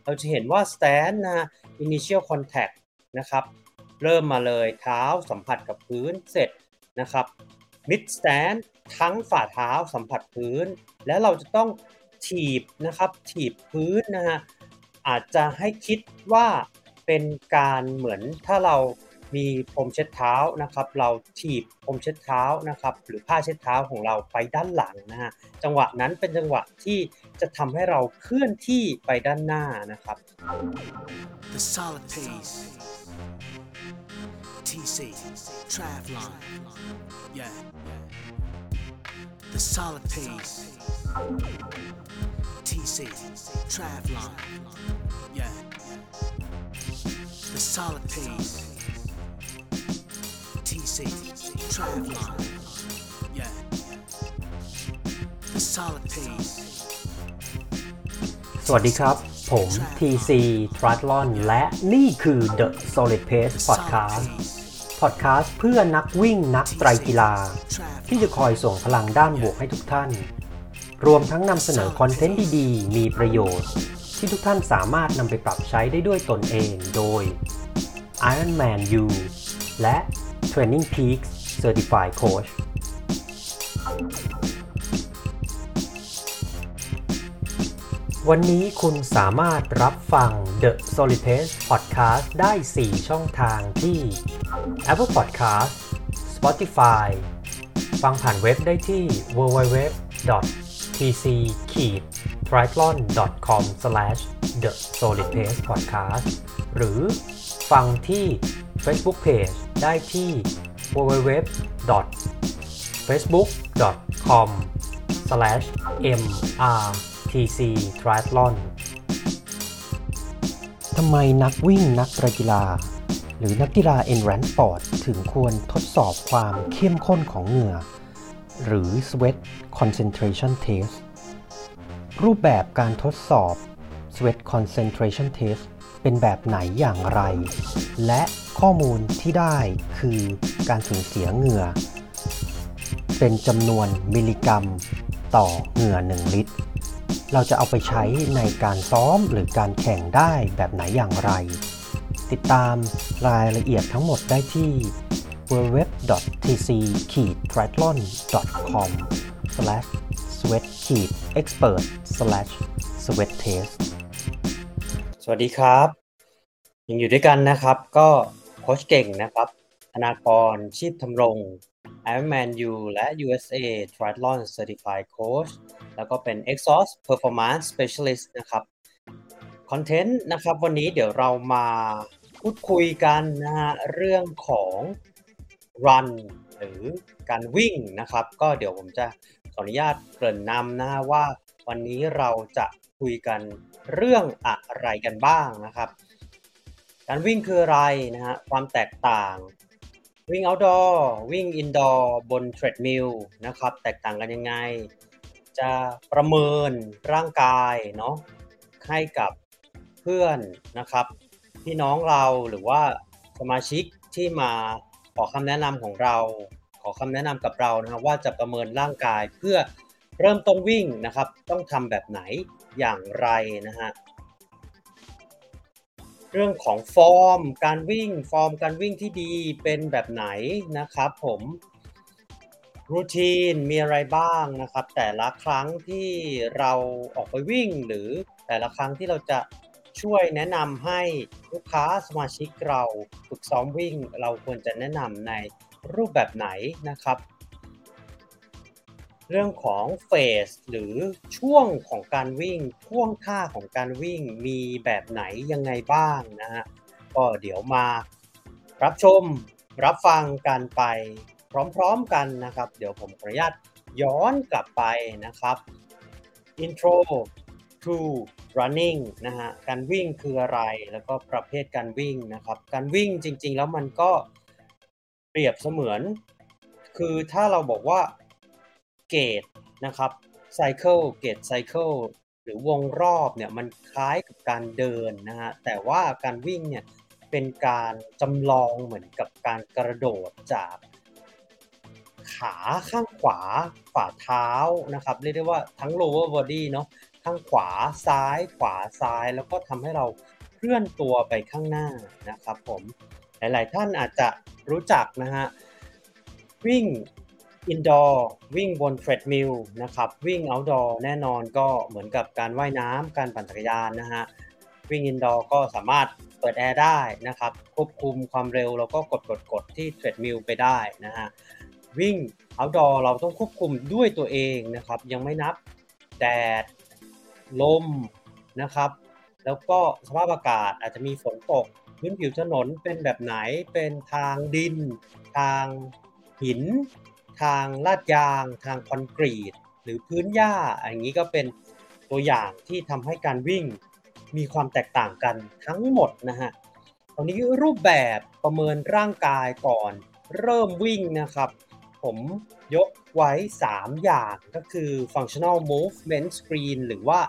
เราจะเห็นว่า stance นะฮะ initial contact นะครับเริ่มมาเลยเท้าสัมผัสกับพื้นเสร็จนะครับ mid stance ทั้งฝ่าเท้าสัมผัสพื้นแล้วเราจะต้องถีบนะครับถีบพื้นนะฮะอาจจะให้คิดว่าเป็นการเหมือนถ้าเรามีพรมเช็ดเท้านะครับเราถีบพรมเช็ดเท้านะครับหรือผ้าเช็ดเท้าของเราไปด้านหลังนะฮะจังหวะนั้นเป็นจังหวะที่จะทำให้เราเคลื่อนที่ไปด้านหน้านะครับ The solid pace TC Travlon yeah The solid pace TC Travlon yeah The solid pace TC Travlon yeah The solid pace สวัสดีครับผม TC Triathlon และนี่คือ The Solid Pace Podcast เพื่อนักวิ่งนักไตรกีฬาที่จะคอยส่งพลังด้านบวกให้ทุกท่านรวมทั้งนำเสนอคอนเทนต์ดีๆมีประโยชน์ที่ทุกท่านสามารถนำไปปรับใช้ได้ด้วยตนเองโดย Ironman U และ Training Peaks Certified Coachวันนี้คุณสามารถรับฟัง The Solid Pace Podcast ได้ 4 ช่องทางที่ Apple Podcast Spotify ฟังผ่านเว็บได้ที่ www.tc-triathlon.com/thesolidpacepodcast หรือฟังที่ Facebook Page ได้ที่ www.facebook.com/mr TC Triathlon ทำไมนักวิ่งนักกีฬาหรือนักกีฬา Endurance Sport ถึงควรทดสอบความเข้มข้นของเหงื่อหรือ Sweat Concentration Test รูปแบบการทดสอบ Sweat Concentration Test เป็นแบบไหนอย่างไรและข้อมูลที่ได้คือการสูญเสียเหงื่อเป็นจำนวนมิลลิกรัมต่อเหงื่อ1 ลิตรเราจะเอาไปใช้ในการซ้อมหรือการแข่งได้แบบไหนอย่างไรติดตามรายละเอียดทั้งหมดได้ที่ www.tc-triathlon.com/sweat-expert/sweat-test สวัสดีครับยังอยู่ด้วยกันนะครับก็โค้ชเก่งนะครับธนากรชีพธำรง Ironman U และ USA Triathlon Certified Coach แล้วก็เป็น Exhaust Performance Specialist นะครับคอนเทนต์นะครับวันนี้เดี๋ยวเรามาพูดคุยกันนะฮะเรื่องของ Run หรือการวิ่งนะครับก็เดี๋ยวผมจะขออนุญาตเกริ่นนำนะฮะว่าวันนี้เราจะคุยกันเรื่องอะไรกันบ้างนะครับการวิ่งคืออะไรนะฮะความแตกต่างวิ่ง outdoor วิ่ง indoor บน treadmill นะครับแตกต่างกันยังไงจะประเมินร่างกายเนาะให้กับเพื่อนนะครับพี่น้องเราหรือว่าสมาชิกที่มาขอคำแนะนำของเราขอคำแนะนำกับเรานะครับว่าจะประเมินร่างกายเพื่อเริ่มต้นวิ่งนะครับต้องทำแบบไหนอย่างไรนะฮะเรื่องของฟอร์มการวิ่งที่ดีเป็นแบบไหนนะครับผมรูทีนมีอะไรบ้างนะครับแต่ละครั้งที่เราออกไปวิ่งหรือแต่ละครั้งที่เราจะช่วยแนะนำให้ลูกค้าสมาชิกเราฝึกซ้อมวิ่งเราควรจะแนะนำในรูปแบบไหนนะครับเรื่องของเฟสหรือช่วงของการวิ่งท่วงท่าของการวิ่งมีแบบไหนยังไงบ้างนะฮะก็เดี๋ยวมารับชมรับฟังกันไปพร้อมๆกันนะครับเดี๋ยวผมขออนุญาตย้อนกลับไปนะครับ Intro to running นะฮะการวิ่งคืออะไรแล้วก็ประเภทการวิ่งนะครับการวิ่งจริงๆแล้วมันก็เปรียบเสมือนคือถ้าเราบอกว่าเกจนะครับไซเคิลหรือวงรอบเนี่ยมันคล้ายกับการเดินนะฮะแต่ว่าการวิ่งเนี่ยเป็นการจำลองเหมือนกับการกระโดดจากขาข้างขวาฝ่าเท้านะครับเรียกได้ว่าทั้ง lower body เนาะข้างขวาซ้ายขวาซ้ายแล้วก็ทำให้เราเคลื่อนตัวไปข้างหน้านะครับผมหลายๆท่านอาจจะรู้จักนะฮะวิ่ง indoor วิ่งบนเทรดมิลนะครับวิ่ง outdoor แน่นอนก็เหมือนกับการว่ายน้ำการปั่นจักรยานนะฮะวิ่ง indoor ก็สามารถเปิดแอร์ได้นะครับควบคุมความเร็วแล้วก็กดที่เทรดมิลไปได้นะฮะวิ่ง outdoor เราต้องควบคุมด้วยตัวเองนะครับยังไม่นับแดดลมนะครับแล้วก็สภาพอากาศอาจจะมีฝนตกพื้นผิวถนนเป็นแบบไหนเป็นทางดินทางหินทางลาดยางทางคอนกรีตหรือพื้นหญ้าอย่างนี้ก็เป็นตัวอย่างที่ทำให้การวิ่งมีความแตกต่างกันทั้งหมดนะฮะตอนนี้รูปแบบประเมินร่างกายก่อนเริ่มวิ่งนะครับผมยกไว้3อย่างก็คือ Functional Movement Screen หรือว่า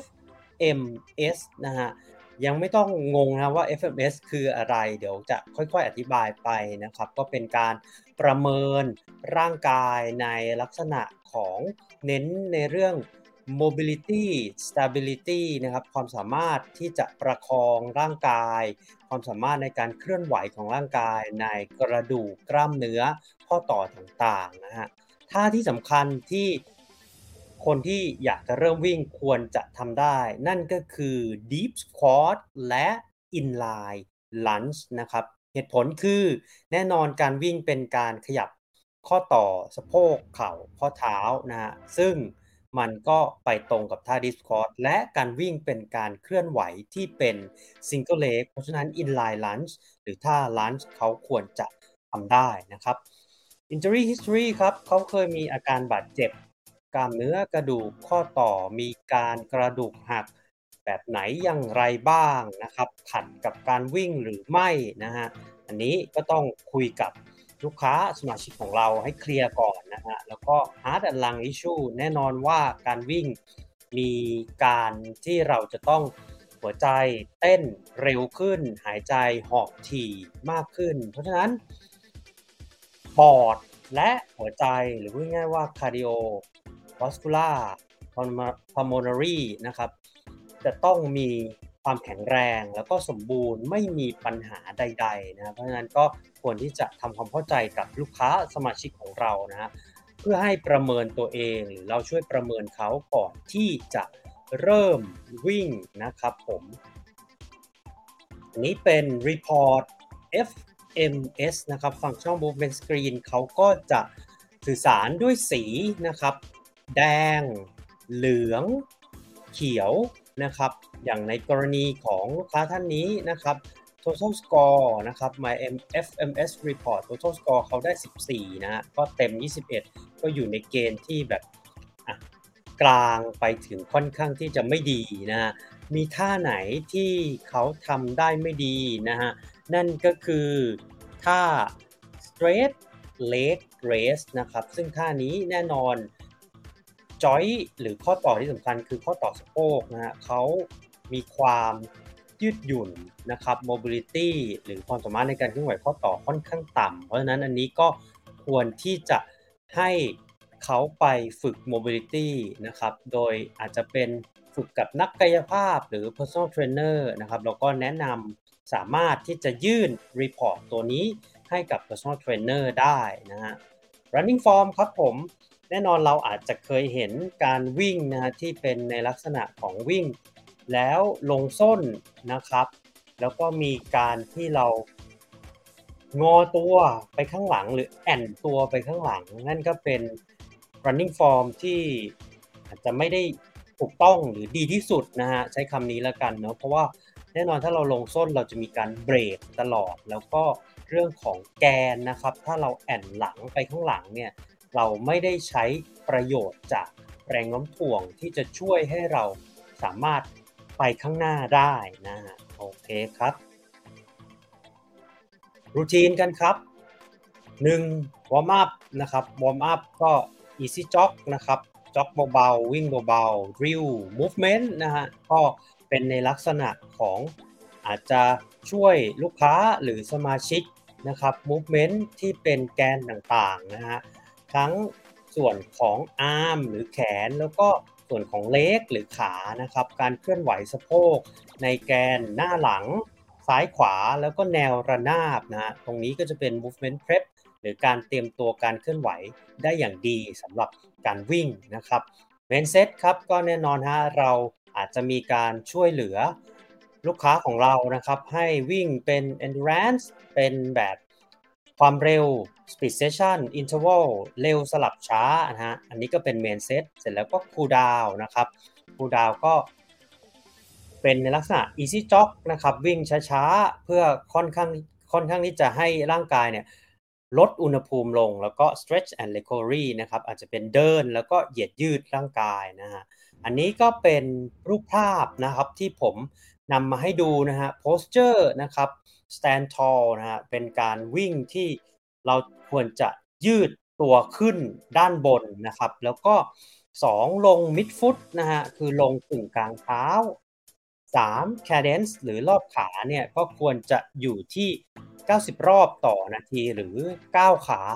FMS นะฮะยังไม่ต้องงงนะว่า FMS คืออะไรเดี๋ยวจะค่อยๆอธิบายไปนะครับก็เป็นการประเมินร่างกายในลักษณะของเน้นในเรื่อง mobility stability นะครับความสามารถที่จะประคองร่างกายความสามารถในการเคลื่อนไหวของร่างกายในกระดูกกล้ามเนื้อข้อต่อต่างๆนะฮะท่าที่สำคัญที่คนที่อยากจะเริ่มวิ่งควรจะทำได้นั่นก็คือ deep squat และ inline lunge นะครับเหตุผลคือแน่นอนการวิ่งเป็นการขยับข้อต่อสะโพกเข่าข้อเท้านะฮะซึ่งมันก็ไปตรงกับท่า deep squat และการวิ่งเป็นการเคลื่อนไหวที่เป็น single leg เพราะฉะนั้น inline lunge หรือท่า lunge เขาควรจะทำได้นะครับ Injury History ครับเขาเคยมีอาการบาดเจ็บกล้ามเนื้อกระดูกข้อต่อมีการกระดูกหักแบบไหนอย่างไรบ้างนะครับขัดกับการวิ่งหรือไม่นะฮะอันนี้ก็ต้องคุยกับลูกค้าสมาชิกของเราให้เคลียร์ก่อนนะฮะแล้วก็ Heart and Lung Issue แน่นอนว่าการวิ่งมีการที่เราจะต้องหัวใจเต้นเร็วขึ้นหายใจหอบถี่มากขึ้นเพราะฉะนั้นปอดและหัวใจหรือพูดง่ายๆว่า cardiovascular pulmonary นะครับจะต้องมีความแข็งแรงแล้วก็สมบูรณ์ไม่มีปัญหาใดๆนะเพราะฉะนั้นก็ควรที่จะทำความเข้าใจกับลูกค้าสมาชิกของเรานะฮะเพื่อให้ประเมินตัวเองหรือเราช่วยประเมินเขาก่อนที่จะเริ่มวิ่งนะครับผมอันนี้เป็น report FMS นะครับ Functional Movement Screen เขาก็จะสื่อสารด้วยสีนะครับแดงเหลืองเขียวนะครับอย่างในกรณีของลูกค้าท่านนี้นะครับ Total Score นะครับ My FMS Report Total Score เขาได้14นะฮะก็เต็ม21ก็อยู่ในเกณฑ์ที่แบบกลางไปถึงค่อนข้างที่จะไม่ดีนะฮะมีท่าไหนที่เขาทำได้ไม่ดีนะฮะนั่นก็คือท่า straight leg raise นะครับซึ่งท่านี้แน่นอน joint หรือข้อต่อที่สำคัญคือข้อต่อสะโพกนะฮะเขามีความยืดหยุ่นนะครับ mobility หรือความสามารถในการเคลื่อนไหวข้อต่อค่อนข้างต่ำเพราะฉะนั้นอันนี้ก็ควรที่จะให้เขาไปฝึก mobility นะครับโดยอาจจะเป็นฝึกกับนักกายภาพหรือ personal trainer นะครับแล้วก็แนะนำสามารถที่จะยื่น report ตัวนี้ให้กับ personal trainer ได้นะฮะ running form ครับผมแน่นอนเราอาจจะเคยเห็นการวิ่งนะฮะที่เป็นในลักษณะของวิ่งแล้วลงส้นนะครับแล้วก็มีการที่เรางอตัวไปข้างหลังหรือแอ่นตัวไปข้างหลังนั่นก็เป็น running form ที่อาจจะไม่ได้ถูกต้องหรือดีที่สุดนะฮะใช้คำนี้แล้วกันเนาะเพราะว่าแน่นอนถ้าเราลงส้นเราจะมีการเบรกตลอดแล้วก็เรื่องของแกนนะครับถ้าเราแอ่นหลังไปข้างหลังเนี่ยเราไม่ได้ใช้ประโยชน์จากแรงโน้มถ่วงที่จะช่วยให้เราสามารถไปข้างหน้าได้นะฮะโอเคครับรูทีนกันครับ1 warm up นะครับ warm up ก็ easy jog นะครับจ็อกเบาๆวิ่งเบาๆ drill movement นะฮะก็เป็นในลักษณะของอาจจะช่วยลูกค้าหรือสมาชิกนะครับ movement ที่เป็นแกนต่างๆนะฮะทั้งส่วนของ arm หรือแขนแล้วก็ส่วนของเลกหรือขานะครับการเคลื่อนไหวสะโพกในแกนหน้าหลังซ้ายขวาแล้วก็แนวระนาบนะฮะตรงนี้ก็จะเป็น movement prep หรือการเตรียมตัวการเคลื่อนไหวได้อย่างดีสำหรับการวิ่งนะครับเมนเซตครับก็แน่นอนฮะเราอาจจะมีการช่วยเหลือลูกค้าของเรานะครับให้วิ่งเป็น endurance เป็นแบบความเร็ว speed session interval เร็วสลับช้านะฮะอันนี้ก็เป็น main set เสร็จแล้วก็ cool down นะครับ cool down ก็เป็นในลักษณะ easy jog นะครับวิ่งช้าๆเพื่อค่อนข้างที่จะให้ร่างกายเนี่ยลดอุณหภูมิลงแล้วก็ stretch and recovery นะครับอาจจะเป็นเดินแล้วก็เหยียดยืดร่างกายนะฮะอันนี้ก็เป็นรูปภาพนะครับที่ผมนำมาให้ดูนะฮะ posture นะครับ stand tall นะฮะเป็นการวิ่งที่เราควรจะยืดตัวขึ้นด้านบนนะครับแล้วก็2ลง mid foot นะฮะคือลงกึ่งกลางเท้า3 cadence หรือรอบขาเนี่ยก็ควรจะอยู่ที่90รอบต่อนาทีหรือก้าวขา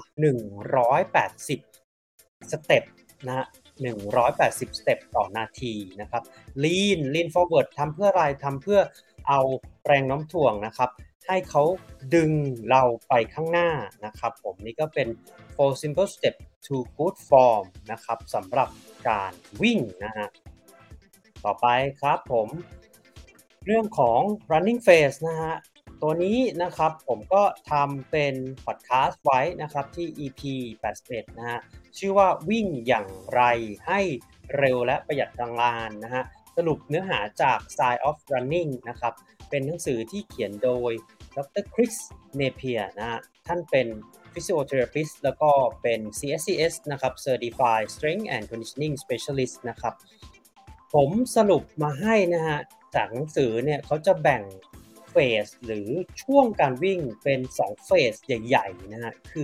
180สเต็ปนะฮะ180สเต็ปต่อนาทีนะครับ lean forward ทำเพื่ออะไรทำเพื่อเอาแรงโน้มถ่วงนะครับให้เขาดึงเราไปข้างหน้านะครับผมนี่ก็เป็น 4 simple step to good form นะครับสำหรับการวิ่งนะฮะต่อไปครับผมเรื่องของ running phase นะฮะตัวนี้นะครับผมก็ทำเป็นพอดแคสต์ไว้นะครับที่ EP 81นะฮะชื่อว่าวิ่งอย่างไรให้เร็วและประหยัดพลังงานนะฮะสรุปเนื้อหาจาก Science of Running นะครับเป็นหนังสือที่เขียนโดยดร. Chris Napier นะฮะท่านเป็น physiotherapist แล้วก็เป็น CSCS นะครับ Certified Strength and Conditioning Specialist นะครับผมสรุปมาให้นะฮะจากหนังสือเนี่ยเขาจะแบ่งเฟสหรือช่วงการวิ่งเป็น2เฟสใหญ่ๆนะฮะคือ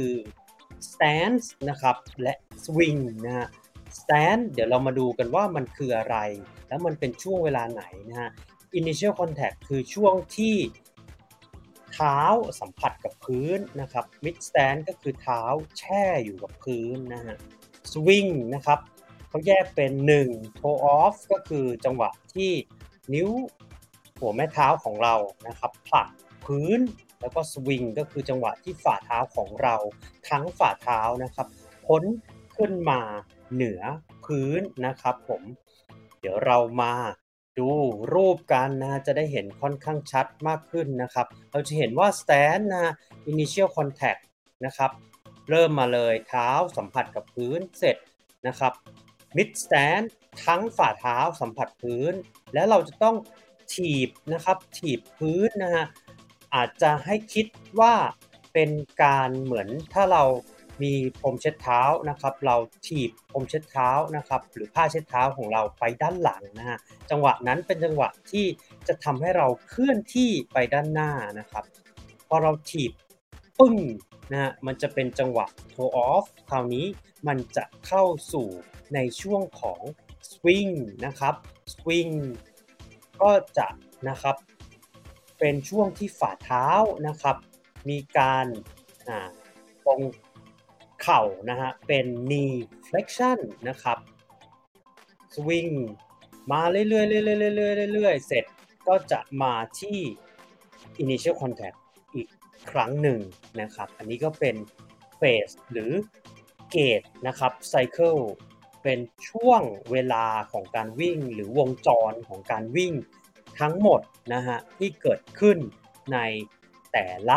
stance นะครับและ swing นะฮะ stance เดี๋ยวเรามาดูกันว่ามันคืออะไรแล้วมันเป็นช่วงเวลาไหนนะฮะ initial contact คือช่วงที่เท้าสัมผัสกับพื้นนะครับ mid stand ก็คือเท้าแช่อยู่กับพื้นนะฮะ swing นะครับเขาแยกเป็น1 toe off ก็คือจังหวะที่นิ้วหัวแม่เท้าของเรานะครับผลักพื้นแล้วก็ swing ก็คือจังหวะที่ฝ่าเท้าของเราทั้งฝ่าเท้านะครับพ้นขึ้นมาเหนือพื้นนะครับผมเดี๋ยวเรามาดูรูปกันนะจะได้เห็นค่อนข้างชัดมากขึ้นนะครับเราจะเห็นว่า stand นะ initial contact นะครับเริ่มมาเลยเท้าสัมผัสกับพื้นเสร็จนะครับ mid stand ทั้งฝ่าเท้าสัมผัสพื้นแล้วเราจะต้องถีบนะครับถีบพื้นนะฮะอาจจะให้คิดว่าเป็นการเหมือนถ้าเรามีพรมเช็ดเท้านะครับเราถีบพรมเช็ดเท้านะครับหรือผ้าเช็ดเท้าของเราไปด้านหลังนะฮะจังหวะนั้นเป็นจังหวะที่จะทำให้เราเคลื่อนที่ไปด้านหน้านะครับพอเราถีบปึ้งนะฮะมันจะเป็นจังหวะ toe off คราวนี้มันจะเข้าสู่ในช่วงของ swing นะครับ swing ก็จะนะครับเป็นช่วงที่ฝ่าเท้านะครับมีการตรงเข่านะฮะเป็น knee flexion นะครับ swing มาเรื่อยๆๆๆๆเรื่อยๆเสร็จก็จะมาที่ initial contact อีกครั้งหนึ่งนะครับอันนี้ก็เป็นเฟสหรือเกจนะครับ cycle เป็นช่วงเวลาของการวิ่งหรือวงจรของการวิ่งทั้งหมดนะฮะที่เกิดขึ้นในแต่ละ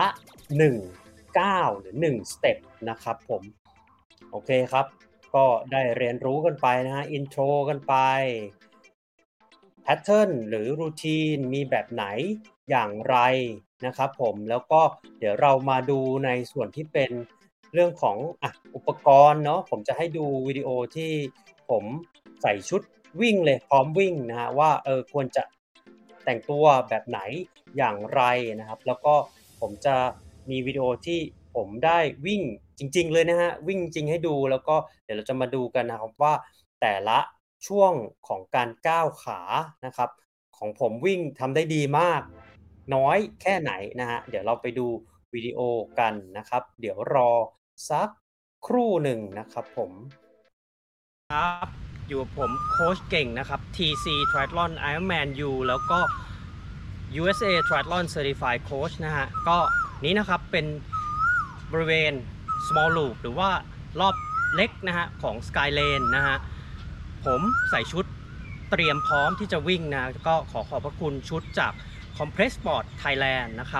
1ก้าวหรือ1สเต็ปนะครับผมโอเคครับก็ได้เรียนรู้กันไปนะฮะอินโทรกันไปแพทเทิร์นหรือรูทีนมีแบบไหนอย่างไรนะครับผมแล้วก็เดี๋ยวเรามาดูในส่วนที่เป็นเรื่องของอุปกรณ์เนาะผมจะให้ดูวิดีโอที่ผมใส่ชุดวิ่งเลยพร้อมวิ่งนะฮะว่าควรจะแต่งตัวแบบไหนอย่างไรนะครับแล้วก็ผมจะมีวิดีโอที่ผมได้วิ่งจริงๆเลยนะฮะวิ่งจริงให้ดูแล้วก็เดี๋ยวเราจะมาดูกันนะครับว่าแต่ละช่วงของการก้าวขานะครับของผมวิ่งทำได้ดีมากน้อยแค่ไหนนะฮะเดี๋ยวเราไปดูวิดีโอกันนะครับเดี๋ยวรอสักครู่หนึ่งนะครับผมครับอยู่กับผมโค้ชเก่งนะครับ TC Triathlon Ironman U แล้วก็ USA Triathlon Certified Coach นะฮะก็นี้นะครับเป็นบริเวณ Small Loop หรือว่ารอบเล็กนะฮะของ Skylane นะฮะผมใส่ชุดเตรียมพร้อมที่จะวิ่งนะก็ขอขอบพระคุณชุดจาก Compress Sport Thailand นะครับ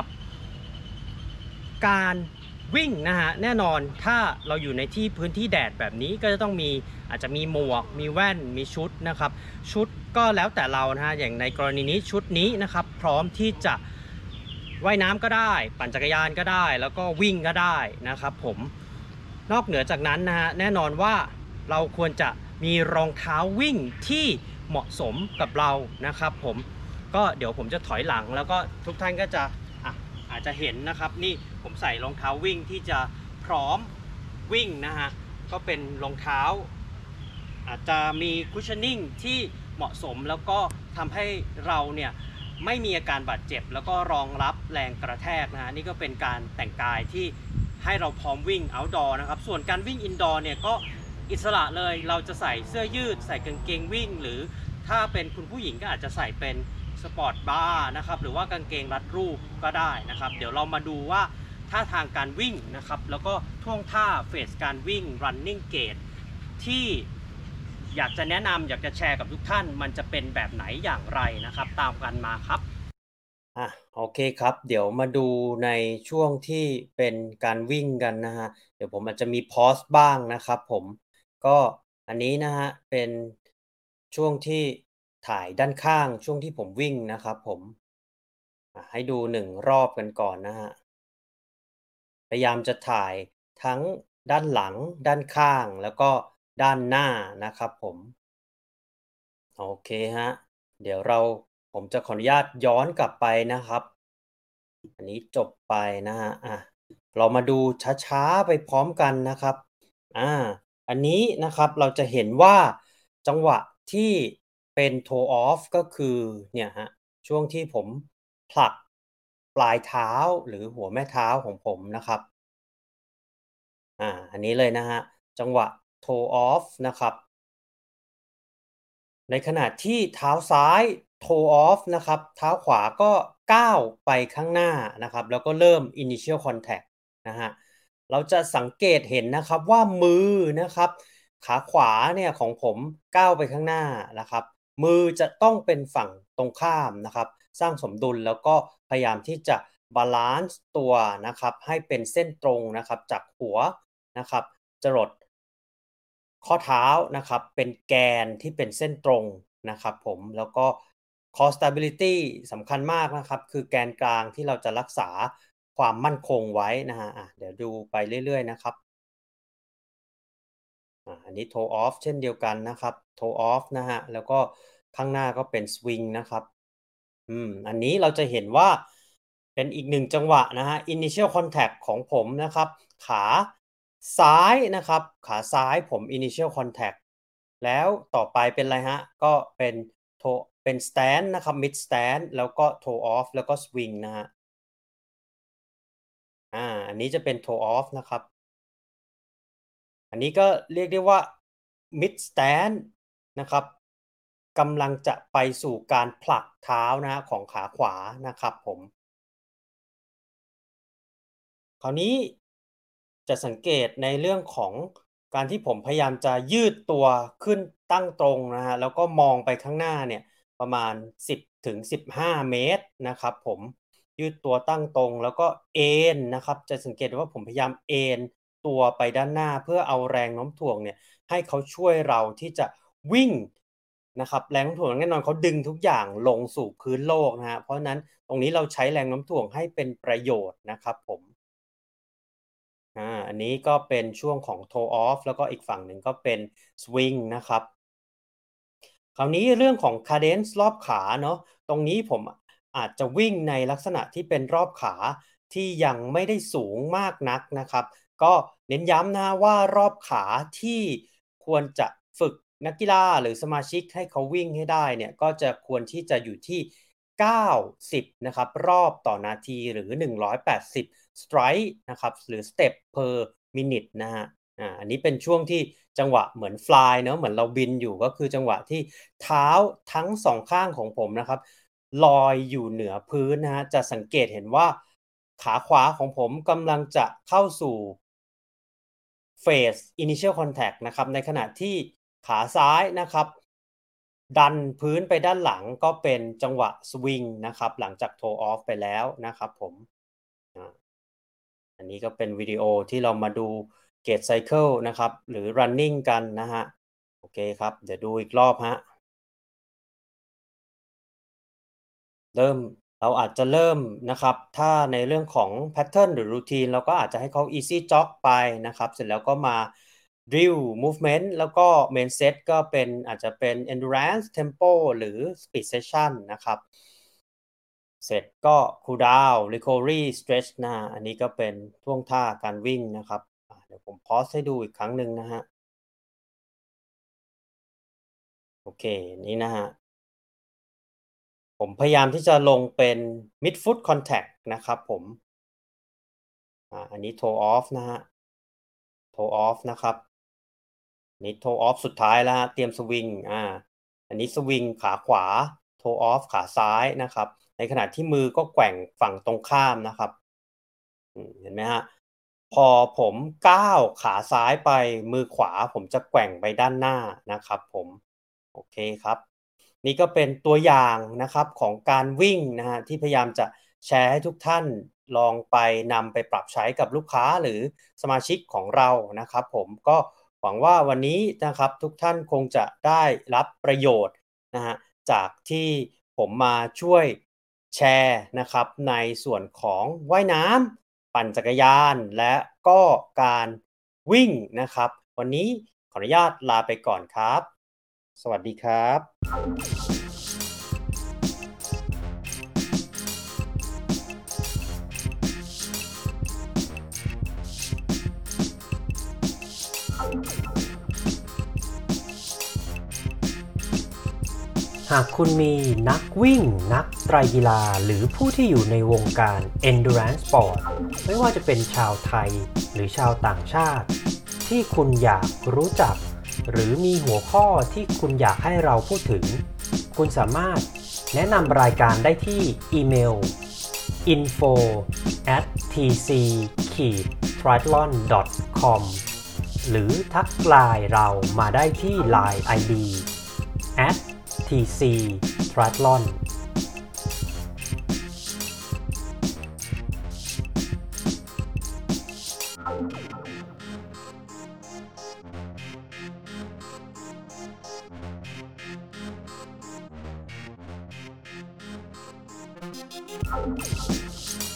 การวิ่งนะฮะแน่นอนถ้าเราอยู่ในที่พื้นที่แดดแบบนี้ก็จะต้องมีอาจจะมีหมวกมีแว่นมีชุดนะครับชุดก็แล้วแต่เรานะฮะอย่างในกรณีนี้ชุดนี้นะครับพร้อมที่จะว่ายน้ำก็ได้ปั่นจักรยานก็ได้แล้วก็วิ่งก็ได้นะครับผมนอกเหนือจากนั้นนะฮะแน่นอนว่าเราควรจะมีรองเท้าวิ่งที่เหมาะสมกับเรานะครับผมก็เดี๋ยวผมจะถอยหลังแล้วก็ทุกท่านก็จะอาจจะเห็นนะครับนี่ผมใส่รองเท้าวิ่งที่จะพร้อมวิ่งนะฮะก็เป็นรองเท้าอาจจะมีคุชชั่นนิ่งที่เหมาะสมแล้วก็ทำให้เราเนี่ยไม่มีอาการบาดเจ็บแล้วก็รองรับแรงกระแทกนะฮะนี่ก็เป็นการแต่งกายที่ให้เราพร้อมวิ่ง outdoor นะครับส่วนการวิ่ง indoor เนี่ยก็อิสระเลยเราจะใส่เสื้อยืดใส่กางเกงวิ่งหรือถ้าเป็นคุณผู้หญิงก็อาจจะใส่เป็นสปอร์ตบาร์นะครับหรือว่ากางเกงรัดรูปก็ได้นะครับเดี๋ยวเรามาดูว่าท่าทางการวิ่งนะครับแล้วก็ท่วงท่าเฟสการวิ่ง running gait ที่อยากจะแนะนำอยากจะแชร์กับทุกท่านมันจะเป็นแบบไหนอย่างไรนะครับตามกันมาครับโอเคครับเดี๋ยวมาดูในช่วงที่เป็นการวิ่งกันนะฮะเดี๋ยวผมอาจจะมีพอสบ้างนะครับผมก็อันนี้นะฮะเป็นช่วงที่ถ่ายด้านข้างช่วงที่ผมวิ่งนะครับผมให้ดู1รอบกันก่อนนะฮะพยายามจะถ่ายทั้งด้านหลังด้านข้างแล้วก็ด้านหน้านะครับผมโอเคฮะเดี๋ยวผมจะขออนุญาตย้อนกลับไปนะครับอันนี้จบไปนะฮะเรามาดูช้าๆไปพร้อมกันนะครับอาอันนี้นะครับเราจะเห็นว่าจังหวะที่เป็น toe off ก็คือเนี่ยฮะช่วงที่ผมผลักปลายเท้าหรือหัวแม่เท้าของผมนะครับอันนี้เลยนะฮะจังหวะ toe off นะครับ ในขณะที่เท้าซ้าย toe off นะครับเท้าขวาก็ก้าวไปข้างหน้านะครับแล้วก็เริ่ม initial contact นะฮะเราจะสังเกตเห็นนะครับว่ามือนะครับขาขวาเนี่ยของผมก้าวไปข้างหน้านะครับมือจะต้องเป็นฝั่งตรงข้ามนะครับสร้างสมดุลแล้วก็พยายามที่จะบาลันซ์ตัวนะครับให้เป็นเส้นตรงนะครับจากหัวนะครับจรดข้อเท้านะครับเป็นแกนที่เป็นเส้นตรงนะครับผมแล้วก็ core stability สำคัญมากนะครับคือแกนกลางที่เราจะรักษาความมั่นคงไว้นะฮะเดี๋ยวดูไปเรื่อยๆนะครับอันนี้ toe off เช่นเดียวกันนะครับ toe off นะฮะแล้วก็ข้างหน้าก็เป็น swing นะครับอันนี้เราจะเห็นว่าเป็นอีกหนึ่งจังหวะนะฮะ initial contact ของผมนะครับขาซ้ายนะครับขาซ้ายผม initial contact แล้วต่อไปเป็นอะไรฮะก็เป็น toe เป็น stand นะครับ mid stand แล้วก็ toe off แล้วก็ swing นะฮะอันนี้จะเป็น toe off นะครับอันนี้ก็เรียกได้ว่า mid stand นะครับกำลังจะไปสู่การผลักเท้านะครับของขาขวานะครับผม คราวนี้จะสังเกตในเรื่องของการที่ผมพยายามจะยืดตัวขึ้นตั้งตรงนะครับแล้วก็มองไปข้างหน้าเนี่ยประมาณ10ถึง15เมตรนะครับผมยืดตัวตั้งตรงแล้วก็เอนนะครับจะสังเกตว่าผมพยายามเอนตัวไปด้านหน้าเพื่อเอาแรงโน้มถ่วงเนี่ยให้เขาช่วยเราที่จะวิ่งนะครับแรงโน้มถ่วงแน่นอนเขาดึงทุกอย่างลงสู่พื้นโลกนะครับเพราะฉะนั้นตรงนี้เราใช้แรงโน้มถ่วงให้เป็นประโยชน์นะครับผม อันนี้ก็เป็นช่วงของ toe off แล้วก็อีกฝั่งหนึ่งก็เป็น swing นะครับคราวนี้เรื่องของ cadence รอบขาเนาะตรงนี้ผมอาจจะวิ่งในลักษณะที่เป็นรอบขาที่ยังไม่ได้สูงมากนักนะครับก็เน้นย้ำนะว่ารอบขาที่ควรจะฝึกนักกีฬาหรือสมาชิกให้เขาวิ่งให้ได้เนี่ยก็จะควรที่จะอยู่ที่90นะครับรอบต่อนาทีหรือ180 stride นะครับหรือ step per minute นะฮะอันนี้เป็นช่วงที่จังหวะเหมือน fly เนาะเหมือนเราบินอยู่ก็คือจังหวะที่เท้าทั้ง2ข้างของผมนะครับลอยอยู่เหนือพื้นนะครับจะสังเกตเห็นว่าขาขวาของผมกำลังจะเข้าสู่ phase initial contact นะครับในขณะที่ขาซ้ายนะครับดันพื้นไปด้านหลังก็เป็นจังหวะสวิงนะครับหลังจาก toe off ไปแล้วนะครับผมอันนี้ก็เป็นวิดีโอที่เรามาดู Gait Cycle นะครับหรือ running กันนะฮะโอเคครับเดี๋ยวดูอีกรอบฮะเราอาจจะเริ่มนะครับถ้าในเรื่องของแพตเทิร์นหรือ routine เราก็อาจจะให้เขา easy jog ไปนะครับเสร็จแล้วก็มา drill movement แล้วก็ main set ก็เป็นอาจจะเป็น endurance tempo หรือ speed session นะครับเสร็จก็ cool down recovery stretch นะอันนี้ก็เป็นท่วงท่าการวิ่งนะครับเดี๋ยวผมพอสให้ดูอีกครั้งหนึ่งนะฮะโอเคนี่นะฮะผมพยายามที่จะลงเป็น mid foot contact นะครับผมอันนี้ toe off นะฮะ toe off นะครับนี่ toe off สุดท้ายแล้วฮะเตรียมสวิงอันนี้สวิงขาขวา toe off ขาซ้ายนะครับในขณะที่มือก็แกว่งฝั่งตรงข้ามนะครับเห็นไหมฮะพอผมก้าวขาซ้ายไปมือขวาผมจะแกว่งไปด้านหน้านะครับผมโอเคครับนี่ก็เป็นตัวอย่างนะครับของการวิ่งนะฮะที่พยายามจะแชร์ให้ทุกท่านลองไปนำไปปรับใช้กับลูกค้าหรือสมาชิกของเรานะครับผมก็หวังว่าวันนี้นะครับทุกท่านคงจะได้รับประโยชน์นะฮะจากที่ผมมาช่วยแชร์นะครับในส่วนของว่ายน้ำปั่นจักรยานและก็การวิ่งนะครับวันนี้ขออนุญาตลาไปก่อนครับสวัสดีครับหากคุณมีนักวิ่งนักไตรกีฬาหรือผู้ที่อยู่ในวงการ Endurance Sport ไม่ว่าจะเป็นชาวไทยหรือชาวต่างชาติที่คุณอยากรู้จักหรือมีหัวข้อที่คุณอยากให้เราพูดถึงคุณสามารถแนะนำรายการได้ที่อีเมล info@tc-triathlon.com หรือทักไลน์เรามาได้ที่ Line ID @tc triathlon ๆ